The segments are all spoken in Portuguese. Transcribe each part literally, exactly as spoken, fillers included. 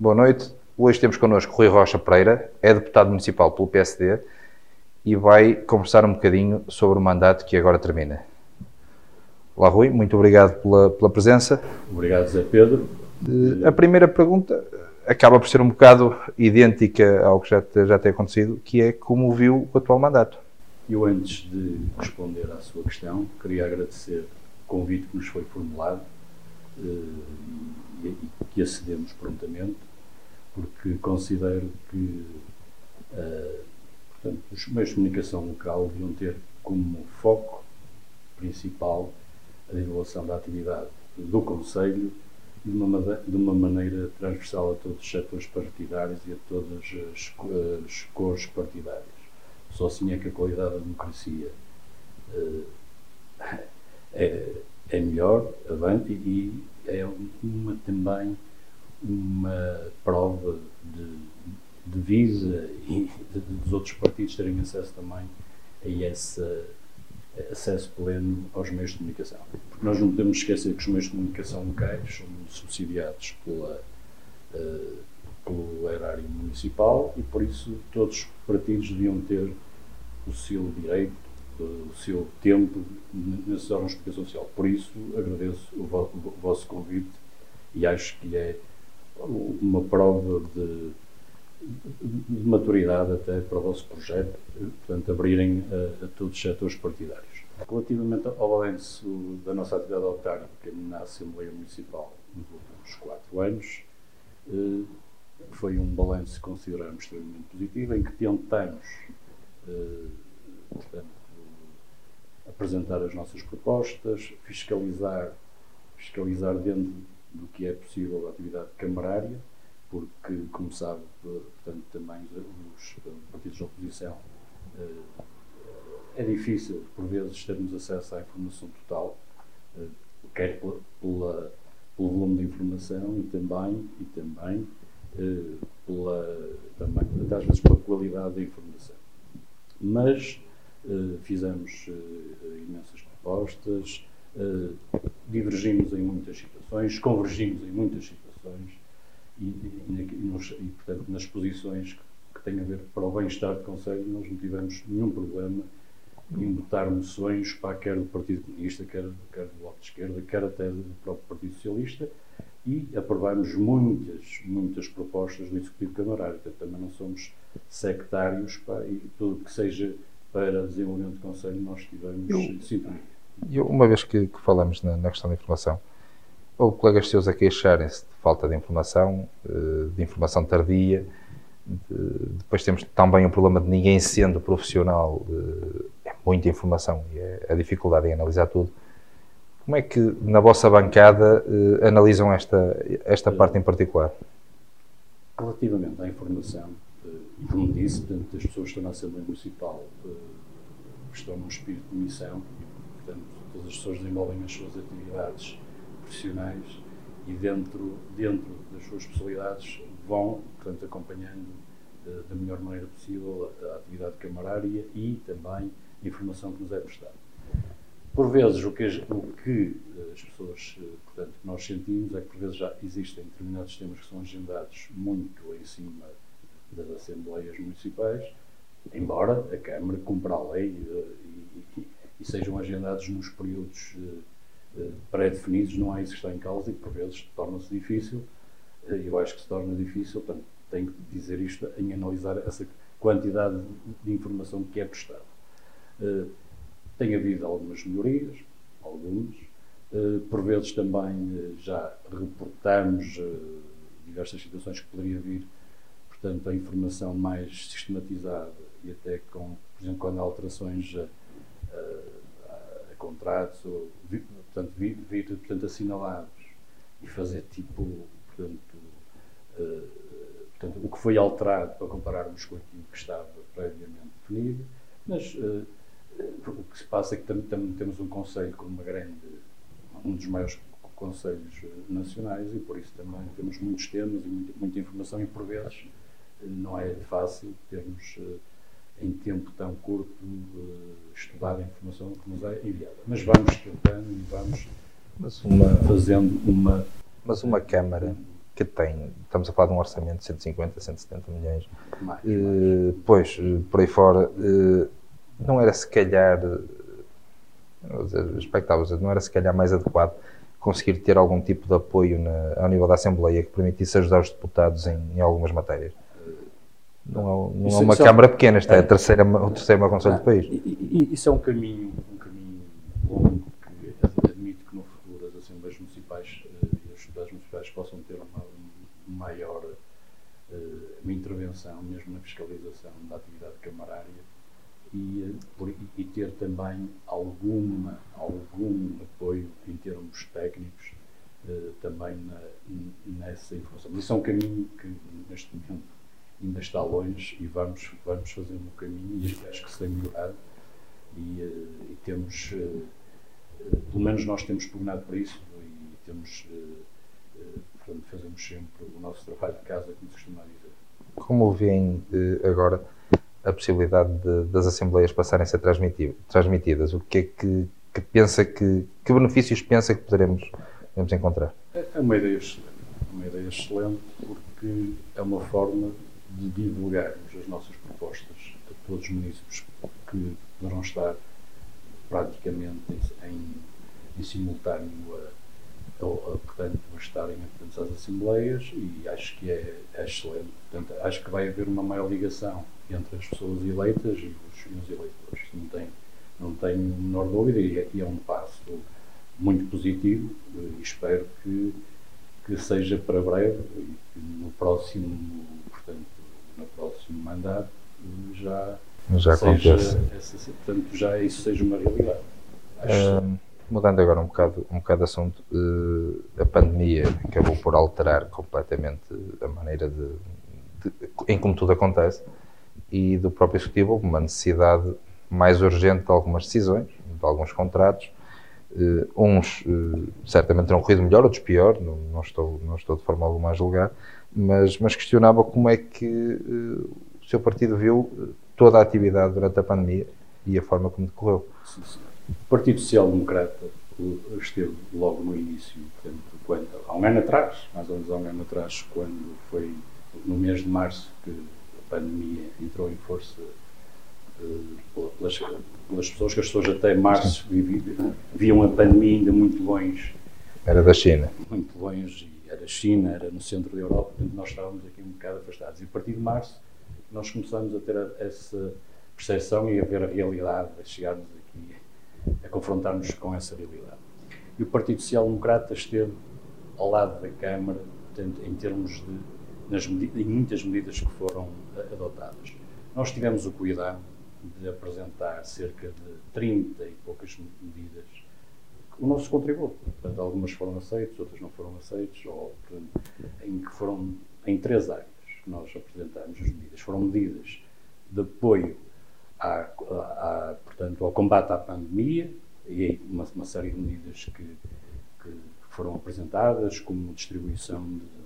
boa noite. Hoje temos connosco Rui Rocha Pereira, é deputado municipal pelo P S D e vai conversar um bocadinho sobre o mandato que agora termina. Olá, Rui, muito obrigado pela, pela presença. Obrigado, Zé Pedro. A primeira pergunta acaba por ser um bocado idêntica ao que já, já tem acontecido, que é como viu o atual mandato. Eu, antes de responder à sua questão, queria agradecer o convite que nos foi formulado e que acedemos prontamente, porque considero que uh, portanto, os meios de comunicação local deviam ter como foco principal a divulgação da atividade do Conselho de uma, de uma maneira transversal a todos os setores partidários e a todas as, as cores partidárias. Só assim é que a qualidade da democracia uh, é, é melhor, avante, e é uma, também uma prova de, de visa e de, de, dos outros partidos terem acesso também a esse acesso pleno aos meios de comunicação. Porque nós não podemos esquecer que os meios de comunicação locais são subsidiados pela, uh, pelo erário municipal e, por isso, todos os partidos deviam ter o seu direito, o seu tempo nesses órgãos de comunicação social. Por isso, agradeço o, vo o vosso convite e acho que é uma prova de, de maturidade até para o vosso projeto, portanto, abrirem a, a todos os setores partidários. Relativamente ao balanço da nossa atividade autárquica na Assembleia Municipal nos últimos quatro anos, foi um balanço que consideramos extremamente positivo, em que tentamos, portanto, apresentar as nossas propostas, fiscalizar, fiscalizar dentro do que é possível a atividade camarária, porque, como sabe, portanto, também os partidos de oposição, é difícil, por vezes, termos acesso à informação total, quer pela, pela, pelo volume de informação e também, e também, pela, também, às vezes, pela qualidade da informação. Mas fizemos imensas propostas, Uh, divergimos em muitas situações, convergimos em muitas situações e, e, e, nos, e portanto, nas posições que, que têm a ver para o bem-estar do Conselho, nós não tivemos nenhum problema em botar moções, para quer do Partido Comunista, quer, quer do Bloco de Esquerda, quer até do próprio Partido Socialista, e aprovamos muitas, muitas propostas do Executivo Camarário. Portanto, também não somos sectários, pá, e tudo que seja para desenvolvimento do Conselho nós tivemos Eu... sintonia. E uma vez que, que falamos na, na questão da informação, houve colegas seus a queixarem-se de falta de informação, de informação tardia, de, depois temos também o problema de ninguém sendo profissional, é muita informação e é a dificuldade em analisar tudo. Como é que na vossa bancada analisam esta, esta parte em particular? Relativamente à informação, e como disse, portanto, as pessoas que estão na Assembleia Municipal estão num espírito de missão. Portanto, todas as pessoas desenvolvem as suas atividades profissionais e dentro, dentro das suas especialidades vão, portanto, acompanhando uh, da melhor maneira possível a, a atividade camarária e também a informação que nos é prestada. Por vezes, o que, as, o que as pessoas, uh, portanto, que nós sentimos é que por vezes já existem determinados temas que são agendados muito em cima das Assembleias Municipais, embora a Câmara cumpra a lei uh, e, e e sejam agendados nos períodos uh, uh, pré-definidos, não há isso que está em causa e por vezes torna-se difícil, uh, eu acho que se torna difícil, portanto, tenho que dizer isto em analisar essa quantidade de informação que é prestada. Uh, tem havido algumas melhorias, algumas, uh, por vezes também uh, já reportamos uh, diversas situações que poderia vir, portanto, a informação mais sistematizada e até com, por exemplo, quando há alterações uh, A, a contratos, ou, portanto, vir, vir portanto, assinalados e fazer tipo, portanto, uh, portanto, o que foi alterado para compararmos com aquilo que estava previamente definido, mas uh, o que se passa é que também tam, temos um conselho com uma grande, um dos maiores conselhos nacionais e por isso também temos muitos temas e muita, muita informação e por vezes não é fácil termos uh, em tempo tão curto, uh, estudar a informação que nos é enviada. Mas vamos tratando e vamos mas uma, fazendo uma... Mas uma Câmara, que tem, estamos a falar de um orçamento de cento e cinquenta, cento e setenta milhões, Mais, uh, mais. pois, por aí fora, uh, não era se calhar, expectável, não era se calhar mais adequado conseguir ter algum tipo de apoio na, ao nível da Assembleia que permitisse ajudar os deputados em, em algumas matérias? Não é, não isso, é uma isso Câmara é, pequena, esta é, é a terceira, o terceiro maior conselho do país. E, e, isso é um caminho, um caminho longo que admito que no futuro as Assembleias Municipais uh, e as Sociedades Municipais possam ter uma, uma maior uh, uma intervenção, mesmo na fiscalização da atividade camarária e, uh, por, e ter também alguma, algum apoio em termos técnicos uh, também na, nessa informação. Mas isso é um caminho que neste momento ainda está longe e vamos, vamos fazendo um caminho e acho que se tem melhorado e, uh, e temos, uh, uh, pelo menos nós temos pugnado para isso e temos, uh, uh, portanto, fazemos sempre o nosso trabalho de casa, como se costuma dizer. Como veem uh, agora a possibilidade de, das Assembleias passarem a ser transmitidas? O que é que, que pensa que, que benefícios pensa que poderemos, poderemos encontrar? É uma ideia excelente, uma ideia excelente porque é uma forma de divulgarmos as nossas propostas a todos os municípios que poderão estar praticamente em, em simultâneo a, a, a, portanto, a estarem atentos às Assembleias e acho que é, é excelente. Portanto, acho que vai haver uma maior ligação entre as pessoas eleitas e os, e os eleitores. Não tem, não tenho a menor dúvida e é, e é um passo muito positivo e espero que, que seja para breve e que no próximo, portanto, no próximo mandato já, já seja acontece. Essa, portanto, já isso seja uma realidade. Uh, mudando agora um bocado, um bocado de assunto, uh, a pandemia acabou por alterar completamente a maneira de, de, em como tudo acontece e do próprio Executivo houve uma necessidade mais urgente de algumas decisões, de alguns contratos. Uh, uns uh, certamente terão corrido melhor, outros pior, não, não, estou, não estou de forma alguma a julgar, mas, mas questionava como é que uh, o seu partido viu toda a atividade durante a pandemia e a forma como decorreu. Sim, sim. O Partido Social Democrata esteve logo no início, portanto, quando, há um ano atrás, mais ou menos há um ano atrás, quando foi no mês de março que a pandemia entrou em força uh, pelas, pelas pessoas, que as pessoas até março viviam, viam a pandemia ainda muito longe. Era da China. Muito longe, era China, era no centro da Europa, portanto nós estávamos aqui um bocado afastados. E a partir de março nós começamos a ter essa percepção e a ver a realidade, a chegarmos aqui, a confrontarmos com essa realidade. E o Partido Social Democrata esteve ao lado da Câmara, portanto, em termos de, nas medidas, em muitas medidas que foram adotadas. Nós tivemos o cuidado de apresentar cerca de trinta e poucas medidas, o nosso contributo. Portanto, algumas foram aceitas, outras não foram aceitas, ou, portanto, em que foram em três áreas que nós apresentámos as medidas. Foram medidas de apoio à, à, portanto, ao combate à pandemia e uma, uma série de medidas que, que foram apresentadas, como distribuição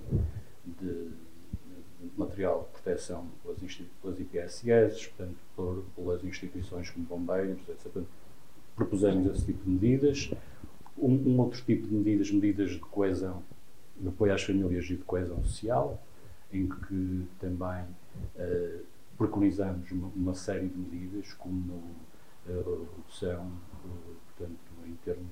de, de, de material de proteção pelas, pelas I P S S, portanto, por, pelas instituições como bombeiros, etcétera. Portanto, propusemos esse tipo de medidas. Um, um outro tipo de medidas, medidas de coesão, de apoio às famílias e de coesão social, em que também uh, preconizamos uma, uma série de medidas, como a uh, redução, uh, portanto, em termos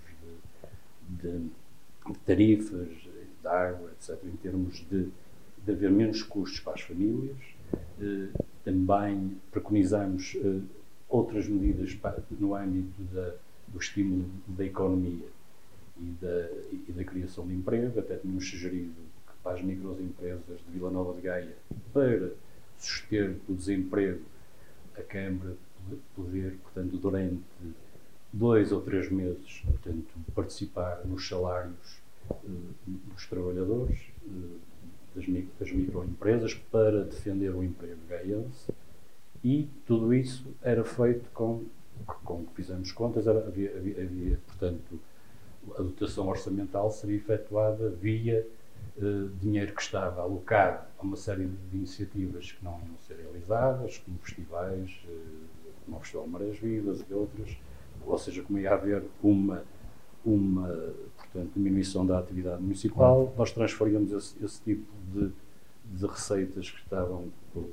de, de, de tarifas, de água, etcétera, em termos de, de haver menos custos para as famílias. Uh, também preconizamos uh, outras medidas para, no âmbito da, do estímulo da economia e da, e da criação de emprego. Até tínhamos sugerido que para as microempresas de Vila Nova de Gaia, para suster o desemprego, a Câmara poder, portanto, durante dois ou três meses, portanto, participar nos salários uh, dos trabalhadores uh, das, micro, das microempresas para defender o emprego gaiense. E tudo isso era feito com, com que fizemos contas, era, havia, havia, havia, portanto, a dotação orçamental seria efetuada via uh, dinheiro que estava alocado a uma série de iniciativas que não iam ser realizadas, como festivais, uh, como o Festival Marés Vivas e outras, ou seja, como ia haver uma, uma portanto, diminuição da atividade municipal, nós transferíamos esse, esse tipo de, de receitas que estavam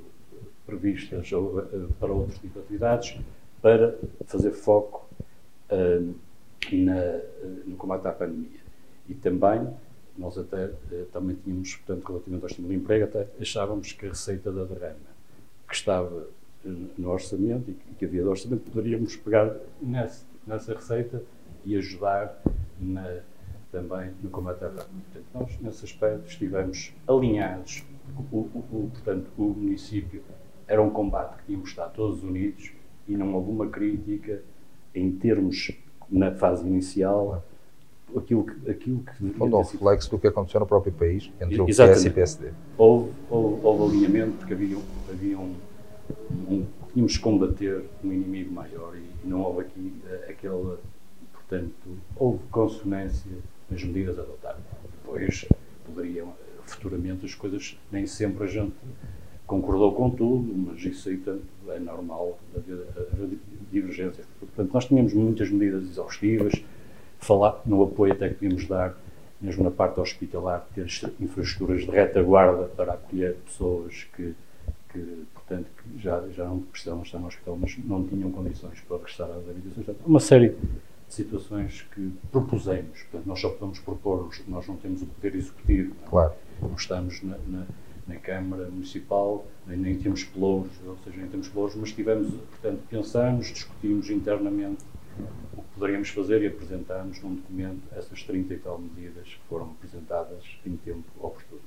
previstas para outro tipo de atividades, para fazer foco uh, na, no combate à pandemia. E também, nós até uh, também tínhamos, portanto, relativamente ao estímulo de emprego, até achávamos que a receita da derrama, que estava uh, no orçamento, e que, que havia do orçamento, poderíamos pegar nessa, nessa receita e ajudar na, também no combate à pandemia. Portanto, nós, nesse aspecto, estivemos alinhados. O, o, o, portanto, o município era um combate que tínhamos de estar todos unidos e não houve uma crítica em termos, na fase inicial, aquilo que... Aquilo que Foi um reflexo do que aconteceu no próprio país, entre o P S e o P S D. Houve, houve, houve alinhamento, porque havia, havia um, um... Tínhamos de combater um inimigo maior e, e não houve aqui uh, aquela... Portanto, houve consonância nas medidas adotadas. Depois, poderiam, futuramente, as coisas, nem sempre a gente concordou com tudo, mas isso aí é normal, haver, haver divergências. Portanto, nós tínhamos muitas medidas exaustivas, falar no apoio até que podíamos dar, mesmo na parte hospitalar, ter infraestruturas de retaguarda para acolher pessoas que, que portanto, que já, já não precisavam estar no hospital, mas não tinham condições para regressar às habitações. Portanto, uma série de situações que propusemos. Portanto, nós só podemos propor, nós não temos o poder executivo. Claro. Não, não estamos na, na na Câmara Municipal, nem, nem temos pelouros, ou seja, nem temos pelouros, mas tivemos, portanto, pensamos, discutimos internamente o que poderíamos fazer e apresentámos num documento essas trinta e tal medidas que foram apresentadas em tempo oportuno.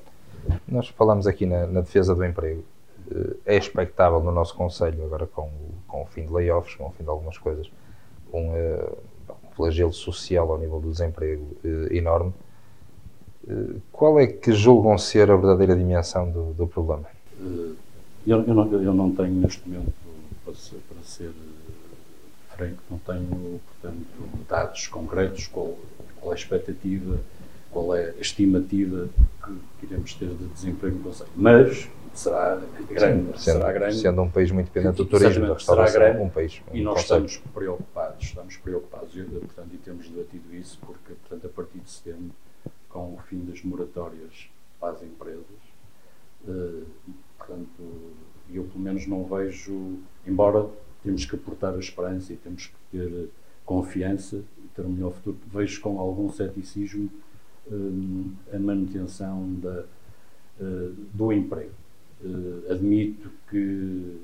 Nós falamos aqui na, na defesa do emprego. É expectável no nosso Conselho, agora com, com o fim de layoffs, com o fim de algumas coisas, um, um flagelo social ao nível do desemprego enorme. Qual é que julgam ser a verdadeira dimensão do, do problema? Eu, eu, não, eu não tenho neste momento, para ser, para ser franco, não tenho, portanto, dados concretos, qual, qual é a expectativa, qual é a estimativa que, que iremos ter de desemprego no Conselho. Mas será grande, Sim, sendo, será grande. Sendo um país muito dependente do turismo, da restauração, será grande, um país. Um e nós conceito. estamos preocupados, estamos preocupados, e, portanto, e temos debatido isso, porque, portanto, a partir de setembro, com o fim das moratórias para as empresas, uh, portanto, eu pelo menos não vejo, embora temos que aportar a esperança e temos que ter confiança e ter um melhor futuro, vejo com algum ceticismo uh, a manutenção da, uh, do emprego. Uh, admito que,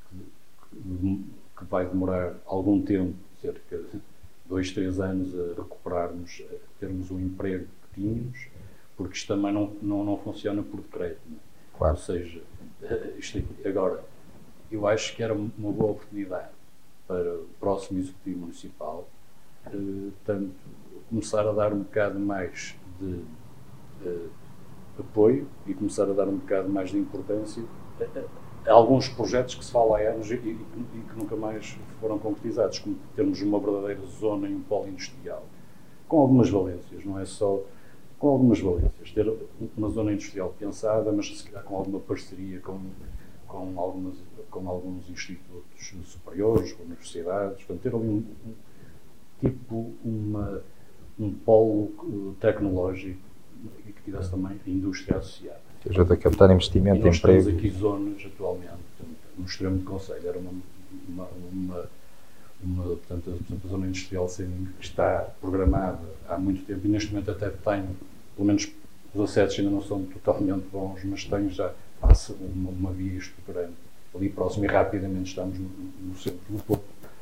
que, que vai demorar algum tempo, cerca de dois, três anos, a recuperarmos, a termos um emprego tínhamos, porque isto também não, não, não funciona por decreto. Não é? Claro. Ou seja, isto aqui, agora, eu acho que era uma boa oportunidade para o próximo Executivo Municipal, eh, tanto começar a dar um bocado mais de eh, apoio e começar a dar um bocado mais de importância a, a, a alguns projetos que se fala há anos e, e, e que nunca mais foram concretizados, como termos uma verdadeira zona e um polo industrial, com algumas valências, não é só com algumas valências, ter uma zona industrial pensada, mas se calhar com alguma parceria com, com, algumas, com alguns institutos superiores, com universidades, portanto, ter ali um, um tipo, uma, um polo tecnológico e que tivesse também a indústria associada. Que ajuda a captar investimento e, e nós emprego. Temos aqui zonas atualmente, portanto, no extremo de Conselho, era uma, uma, uma Uma, portanto, a, a zona industrial está programada há muito tempo e neste momento até tenho, pelo menos os acessos ainda não são totalmente bons, mas tenho já passa uma, uma via estruturante ali próximo e rapidamente estamos no, no centro do Porto.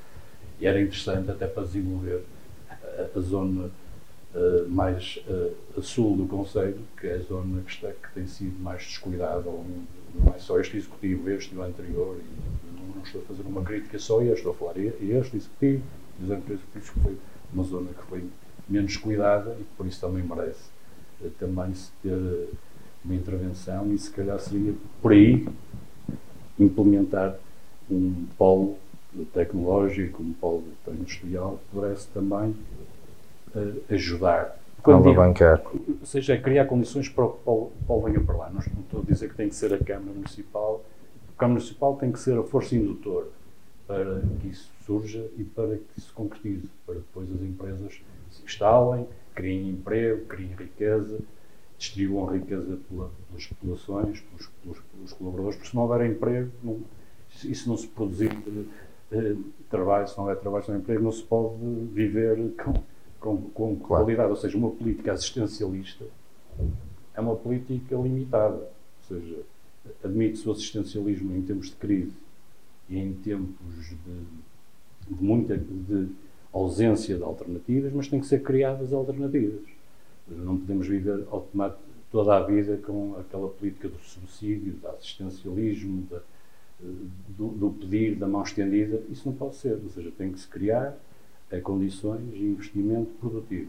E era interessante até para desenvolver a, a zona uh, mais uh, a sul do Concelho, que é a zona que, está, que tem sido mais descuidada, não é só este executivo, este e o anterior, e não, não estou a fazer uma crítica só a este, estou a falar a este executivo, e os anteriores executivos, que foi uma zona que foi menos cuidada e que por isso também merece uh, também se ter uh, uma intervenção e se calhar seria por aí implementar um polo tecnológico, um polo industrial que pudesse também uh, ajudar. Quando alavancar. Ou seja, é criar condições para que o polo venha para lá. Não estou a dizer que tem que ser a Câmara Municipal. A Câmara Municipal tem que ser a força indutora para que isso surja e para que isso se concretize, para depois as empresas se instalem, criem emprego, criem riqueza, distribuam a riqueza pela, pelas populações, pelos, pelos, pelos colaboradores, porque se não houver emprego, não, e se não se produzir eh, trabalho, se não houver trabalho, se não houver emprego, não se pode viver com, com, com Claro. qualidade. Ou seja, uma política assistencialista é uma política limitada. Ou seja, admite-se o assistencialismo em tempos de crise e em tempos de, de muita de ausência de alternativas, mas tem que ser criadas alternativas. Não podemos viver toda a vida com aquela política do subsídio, do assistencialismo, da, do, do pedir, da mão estendida. Isso não pode ser. Ou seja, tem que se criar é, condições de investimento produtivo.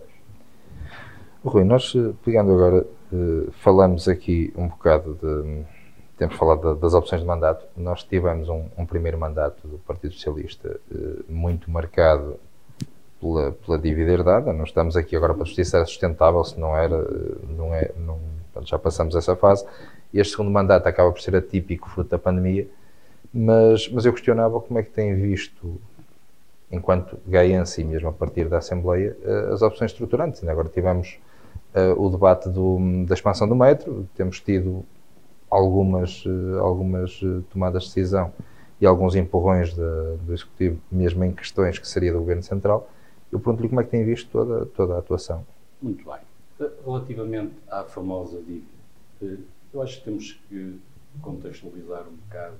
Rui, nós, pegando agora, falamos aqui um bocado de... Temos falado das opções de mandato. Nós tivemos um, um primeiro mandato do Partido Socialista muito marcado Pela, pela dívida herdada. Não estamos aqui agora para discutir se era sustentável, se não era, não é, não, já passamos essa fase. Este segundo mandato acaba por ser atípico, fruto da pandemia, mas, mas eu questionava como é que tem visto, enquanto gaense e mesmo a partir da Assembleia, as opções estruturantes. Agora tivemos uh, o debate do, da expansão do metro, temos tido algumas, uh, algumas tomadas de decisão e alguns empurrões de, do Executivo, mesmo em questões que seria do Governo Central. Eu pergunto-lhe como é que tem visto toda, toda a atuação. Muito bem. Relativamente à famosa dívida, eu acho que temos que contextualizar um bocado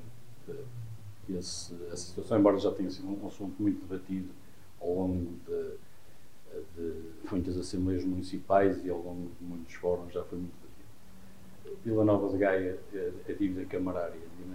esse, essa situação, embora já tenha sido um assunto muito debatido ao longo de, de muitas assembleias municipais e ao longo de muitos fóruns, já foi muito debatido. Vila Nova de Gaia, a dívida camarária,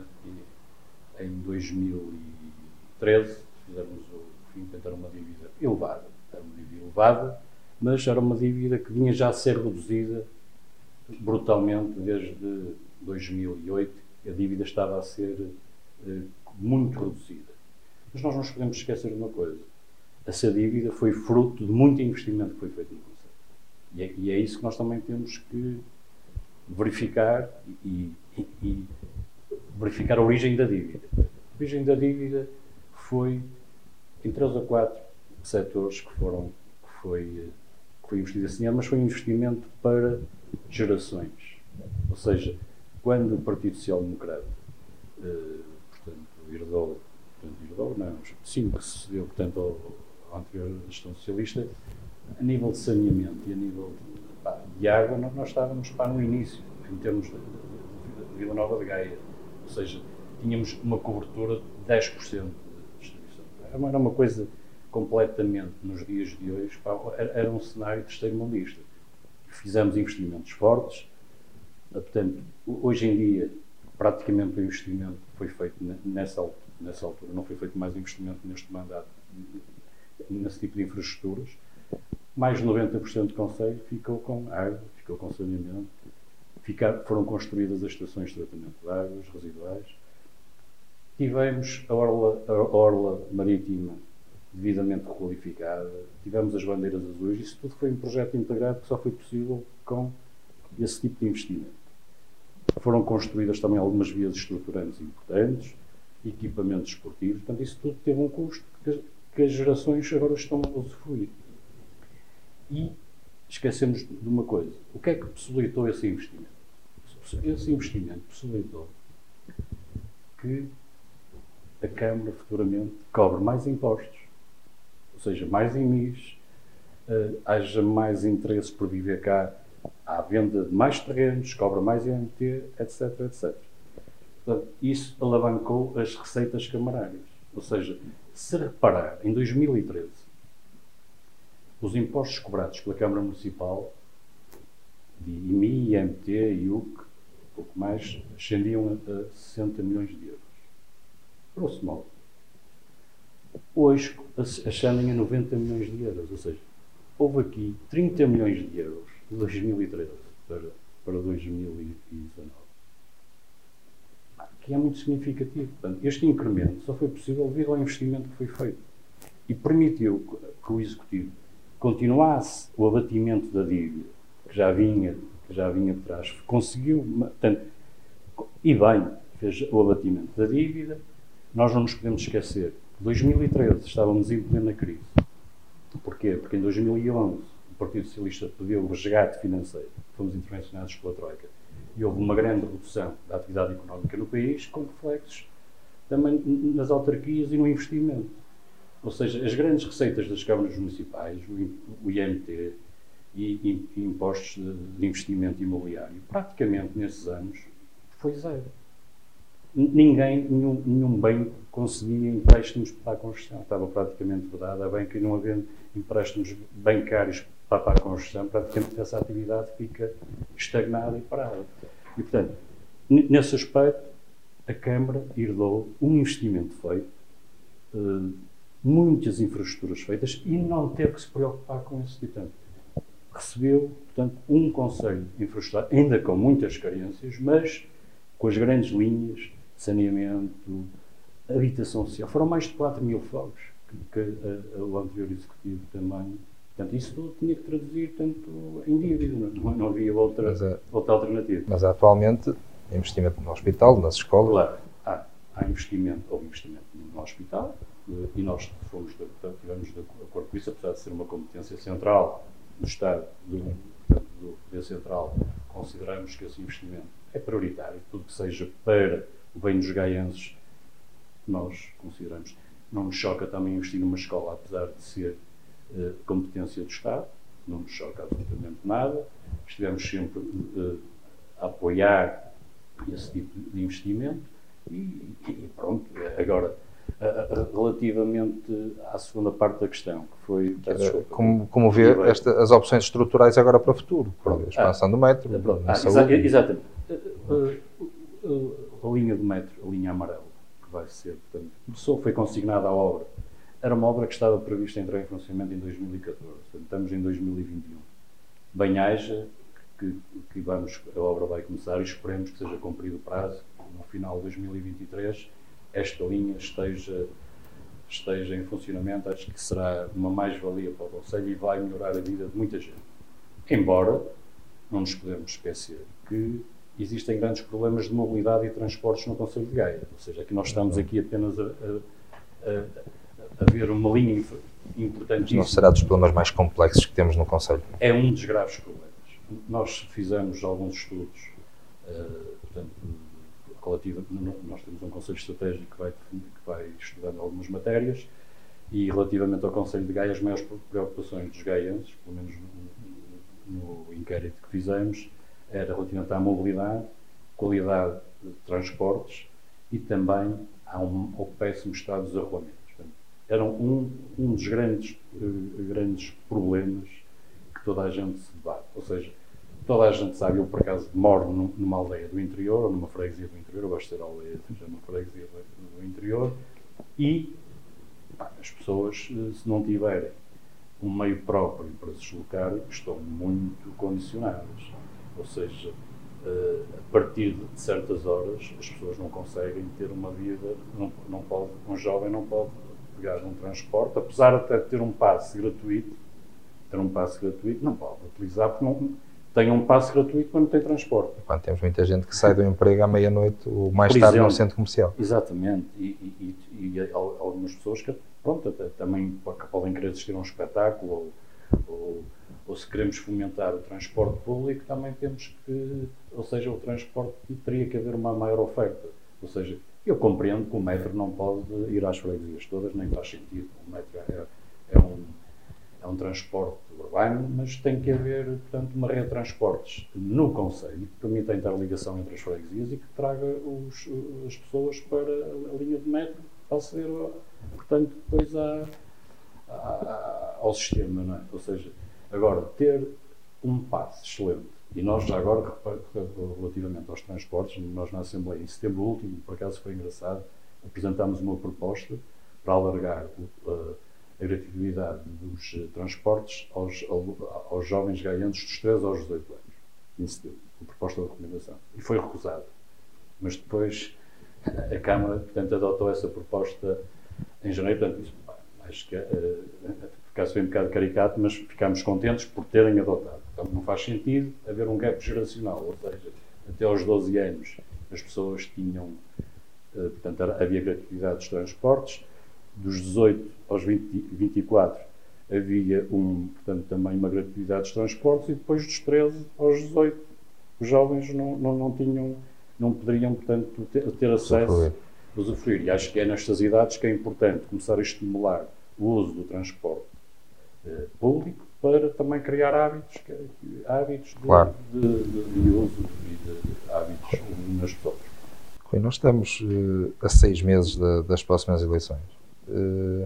em dois mil e treze, fizemos o fim, era uma dívida elevada, era uma dívida elevada, mas era uma dívida que vinha já a ser reduzida brutalmente desde dois mil e oito, a dívida estava a ser uh, muito reduzida. Mas nós não nos podemos esquecer de uma coisa, essa dívida foi fruto de muito investimento que foi feito no Conselho. E é, e é isso que nós também temos que verificar e, e, e verificar a origem da dívida. A origem da dívida foi em três ou quatro setores que foram que foi, que foi investido esse dinheiro, mas foi um investimento para gerações. Ou seja, quando o Partido Social Democrata eh, portanto, herdou, portanto, herdou, não, sim, que sucedeu, portanto, ao, à anterior gestão socialista, a nível de saneamento e a nível de, pá, de água, nós, nós estávamos pá, no início, em termos de, de, de Vila Nova de Gaia. Ou seja, tínhamos uma cobertura de dez por cento de distribuição. Era uma coisa completamente, nos dias de hoje, pá, era um cenário terceiro-mundista. Fizemos investimentos fortes, portanto, hoje em dia, praticamente o investimento foi feito nessa, nessa altura, não foi feito mais investimento neste mandato, nesse tipo de infraestruturas. Mais de noventa por cento do Conselho ficou com água, ficou com saneamento. Ficar, foram construídas as estações de tratamento de águas residuais. Tivemos a orla, a orla marítima devidamente requalificada, tivemos as bandeiras azuis, isso tudo foi um projeto integrado que só foi possível com esse tipo de investimento. Foram construídas também algumas vias estruturantes importantes, equipamentos esportivos, portanto isso tudo teve um custo que, que as gerações agora estão a usufruir. E esquecemos de uma coisa, o que é que possibilitou esse investimento? Esse investimento possibilitou que a Câmara futuramente cobre mais impostos, ou seja, mais I M I S, uh, haja mais interesse por viver cá, à venda de mais terrenos, cobra mais I M T, etc, etcétera. Portanto, isso alavancou as receitas camarárias. Ou seja, se reparar, em dois mil e treze, os impostos cobrados pela Câmara Municipal, de I M I, I M T, I U C, pouco mais, ascendiam a sessenta milhões de euros. Grosso modo. Hoje ascendem a noventa milhões de euros, ou seja, houve aqui trinta milhões de euros de dois mil e treze para, para dois mil e dezanove. Que é muito significativo. Portanto, este incremento só foi possível devido ao investimento que foi feito e permitiu que o Executivo continuasse o abatimento da dívida que já vinha, que já vinha de trás, conseguiu, portanto, e bem, fez o abatimento da dívida. Nós não nos podemos esquecer que em dois mil e treze estávamos em plena crise. Porquê? Porque em dois mil e onze o Partido Socialista pediu o resgate financeiro, fomos intervencionados pela Troika, e houve uma grande redução da atividade económica no país, com reflexos também nas autarquias e no investimento. Ou seja, as grandes receitas das câmaras municipais, o I M T e, e impostos de, de investimento imobiliário, praticamente nesses anos foi zero. Ninguém, nenhum, nenhum bem concedia empréstimos para a construção. Estava praticamente vedado a banca e não havendo empréstimos bancários para, para a construção, praticamente essa atividade fica estagnada e parada. E, portanto, nesse aspecto, a Câmara herdou um investimento feito, uh, muitas infraestruturas feitas e não teve que se preocupar com isso. Portanto, recebeu, portanto, um Conselho de Infraestrutura, ainda com muitas carências, mas com as grandes linhas, saneamento, habitação social. Foram mais de quatro mil fogos que, que a, a, o anterior Executivo também. Portanto, isso tudo tinha que traduzir, portanto, em dívida. Não, não havia outra, mas, outra alternativa. Mas atualmente, investimento no hospital, nas escolas. Claro, há, há investimento, houve investimento no hospital, e nós fomos de, tivemos de acordo com isso, apesar de ser uma competência central do Estado, do, do Poder Central, consideramos que esse investimento é prioritário. Tudo que seja para o bem dos gaienses, nós consideramos. Não nos choca também investir numa escola, apesar de ser uh, competência do Estado, não nos choca absolutamente nada. Estivemos sempre uh, a apoiar esse tipo de investimento e, e pronto. Agora, uh, uh, relativamente à segunda parte da questão, que foi... Que, desculpa, como, como vê esta, as opções estruturais agora para o futuro? Para a expansão ah, do metro, ah, exa exatamente. Uh, uh, uh, a linha do metro, a linha amarela, que vai ser, portanto, começou, foi consignada a obra. Era uma obra que estava prevista entrar em funcionamento em dois mil e catorze, portanto, estamos em dois mil e vinte e um. Bem haja que, que vamos, a obra vai começar e esperemos que seja cumprido o prazo, no final de dois mil e vinte e três, esta linha esteja, esteja em funcionamento. Acho que será uma mais-valia para o Conselho e vai melhorar a vida de muita gente. Embora, não nos podemos esquecer que existem grandes problemas de mobilidade e transportes no Concelho de Gaia. Ou seja, aqui nós estamos aqui apenas a, a, a, a ver uma linha importantíssima. Não será dos problemas mais complexos que temos no Concelho? É um dos graves problemas. Nós fizemos alguns estudos, uh, portanto, relativo, nós temos um Conselho Estratégico que vai, que vai estudando algumas matérias e relativamente ao Concelho de Gaia, as maiores preocupações dos gaienses, pelo menos no, no inquérito que fizemos, era relativamente à mobilidade, qualidade de transportes e também ao, ao péssimo estado dos arruamentos. Portanto, eram um, um dos grandes, uh, grandes problemas que toda a gente se debate. Ou seja, toda a gente sabe, eu por acaso moro numa aldeia do interior, ou numa freguesia do interior, eu gosto de ser aldeia, seja uma freguesia do interior, e pá, as pessoas, se não tiverem um meio próprio para se deslocar, estão muito condicionadas. Ou seja, a partir de certas horas as pessoas não conseguem ter uma vida, não, não pode, um jovem não pode pegar um transporte, apesar de até ter um passe gratuito, ter um passe gratuito, não pode utilizar porque não tem um passe gratuito, mas não tem transporte. Quando temos muita gente que sai do emprego à meia-noite ou mais tarde no centro comercial. Exatamente, e, e, e, e algumas pessoas que, pronto, até, também podem querer assistir a um espetáculo ou, ou ou se queremos fomentar o transporte público, também temos que, ou seja, o transporte teria que haver uma maior oferta. Ou seja, eu compreendo que o metro não pode ir às freguesias todas, nem faz sentido. O metro é, é, um, é um transporte urbano, mas tem que haver, portanto, uma rede de transportes no Concelho que permita a interligação entre as freguesias e que traga os, as pessoas para a linha de metro para aceder, portanto, depois à, à, ao sistema, não é? Ou seja, agora, ter um passe excelente, e nós já agora, relativamente aos transportes, nós na Assembleia, em setembro último, por acaso foi engraçado, apresentámos uma proposta para alargar uh, a gratuidade dos uh, transportes aos, aos jovens gaienses dos treze aos dezoito anos, em setembro, a proposta de recomendação, e foi recusada. Mas depois a Câmara, portanto, adotou essa proposta em janeiro, portanto, isso, pá, acho que uh, ficasse bem um bocado caricato, mas ficámos contentes por terem adotado. Então não faz sentido haver um gap geracional, ou seja, até aos doze anos as pessoas tinham, portanto, havia gratuidade dos transportes, dos dezoito aos vinte, vinte e quatro havia um, portanto, também uma gratuidade dos transportes e depois dos treze aos dezoito os jovens não, não, não tinham, não poderiam, portanto, ter, ter acesso a usufruir. E acho que é nestas idades que é importante começar a estimular o uso do transporte eh, público para também criar hábitos, hábitos de, claro. de, de, de uso e de hábitos nas pessoas. Rui, nós estamos uh, a seis meses da, das próximas eleições. Uh,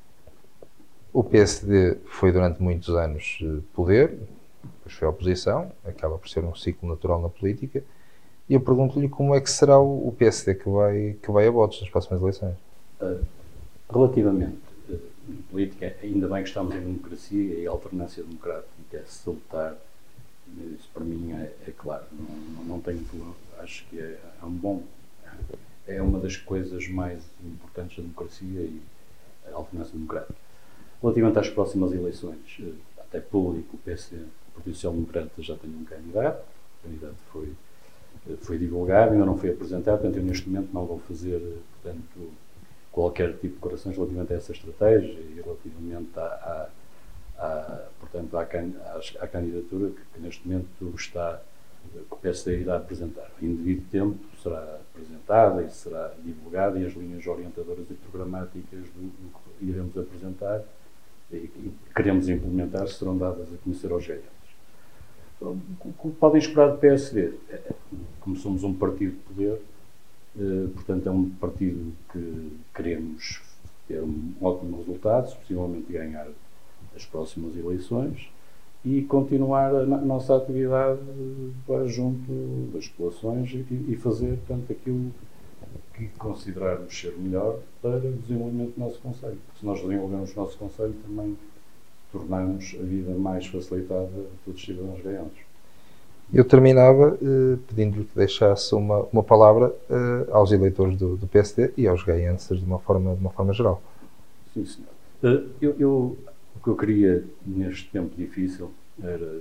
o P S D foi durante muitos anos uh, poder, depois foi a oposição, acaba por ser um ciclo natural na política, e eu pergunto-lhe como é que será o, o P S D que vai, que vai a votos nas próximas eleições. Uh, relativamente uh, em política, ainda bem que estamos em democracia e a alternância democrática é salutar, isso para mim é, é claro, não, não, não tenho, acho que é, é um bom, é uma das coisas mais importantes da democracia e a alternância democrática. Relativamente às próximas eleições, uh, até público, o P S D, o Partido Social Democrata, já tem um candidato, o candidato foi foi divulgado, ainda não foi apresentado, portanto eu neste momento não vou fazer, portanto, qualquer tipo de declarações relativamente a essa estratégia e relativamente à, à, à, portanto, à, à, à candidatura que, que neste momento está, que o P S D irá apresentar. Em devido tempo será apresentada e será divulgada e as linhas orientadoras e programáticas do, do que iremos apresentar e, e queremos implementar serão dadas a conhecer aos ganhadores. O que podem esperar do P S D? Como somos um partido de poder, eh, portanto é um partido que queremos ter um ótimo resultado, possivelmente ganhar as próximas eleições e continuar a nossa atividade eh, junto das populações e, e fazer, portanto, aquilo que considerarmos ser melhor para o desenvolvimento do nosso concelho. Se nós desenvolvermos o nosso concelho, também tornarmos a vida mais facilitada a todos os cidadãos ganhados. Eu terminava eh, pedindo-lhe que deixasse uma, uma palavra eh, aos eleitores do, do P S D e aos gaienses de uma forma, de uma forma geral. Sim, senhor. Uh, eu, eu, o que eu queria neste tempo difícil era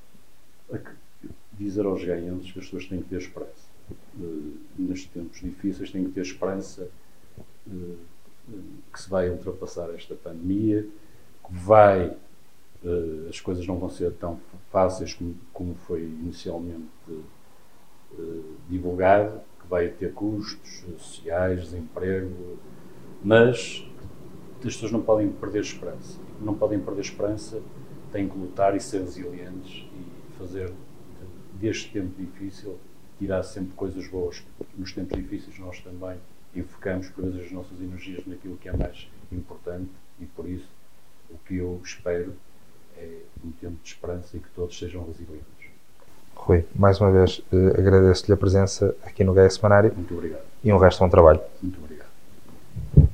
dizer aos gaienses que as pessoas têm que ter esperança. Uh, nestes tempos difíceis têm que ter esperança uh, que se vai ultrapassar esta pandemia, que vai, uh, as coisas não vão ser tão fáceis como, como foi inicialmente uh, divulgado, que vai ter custos sociais, desemprego, mas as pessoas não podem perder esperança. Não podem perder esperança, têm que lutar e ser resilientes e fazer deste tempo difícil, tirar sempre coisas boas. Nos tempos difíceis nós também enfocamos por vezes as nossas energias naquilo que é mais importante e por isso o que eu espero é um tempo de esperança e que todos sejam resilientes. Rui, mais uma vez eh, agradeço-lhe a presença aqui no Gaia Semanário. Muito obrigado. E um resto de bom trabalho. Muito obrigado.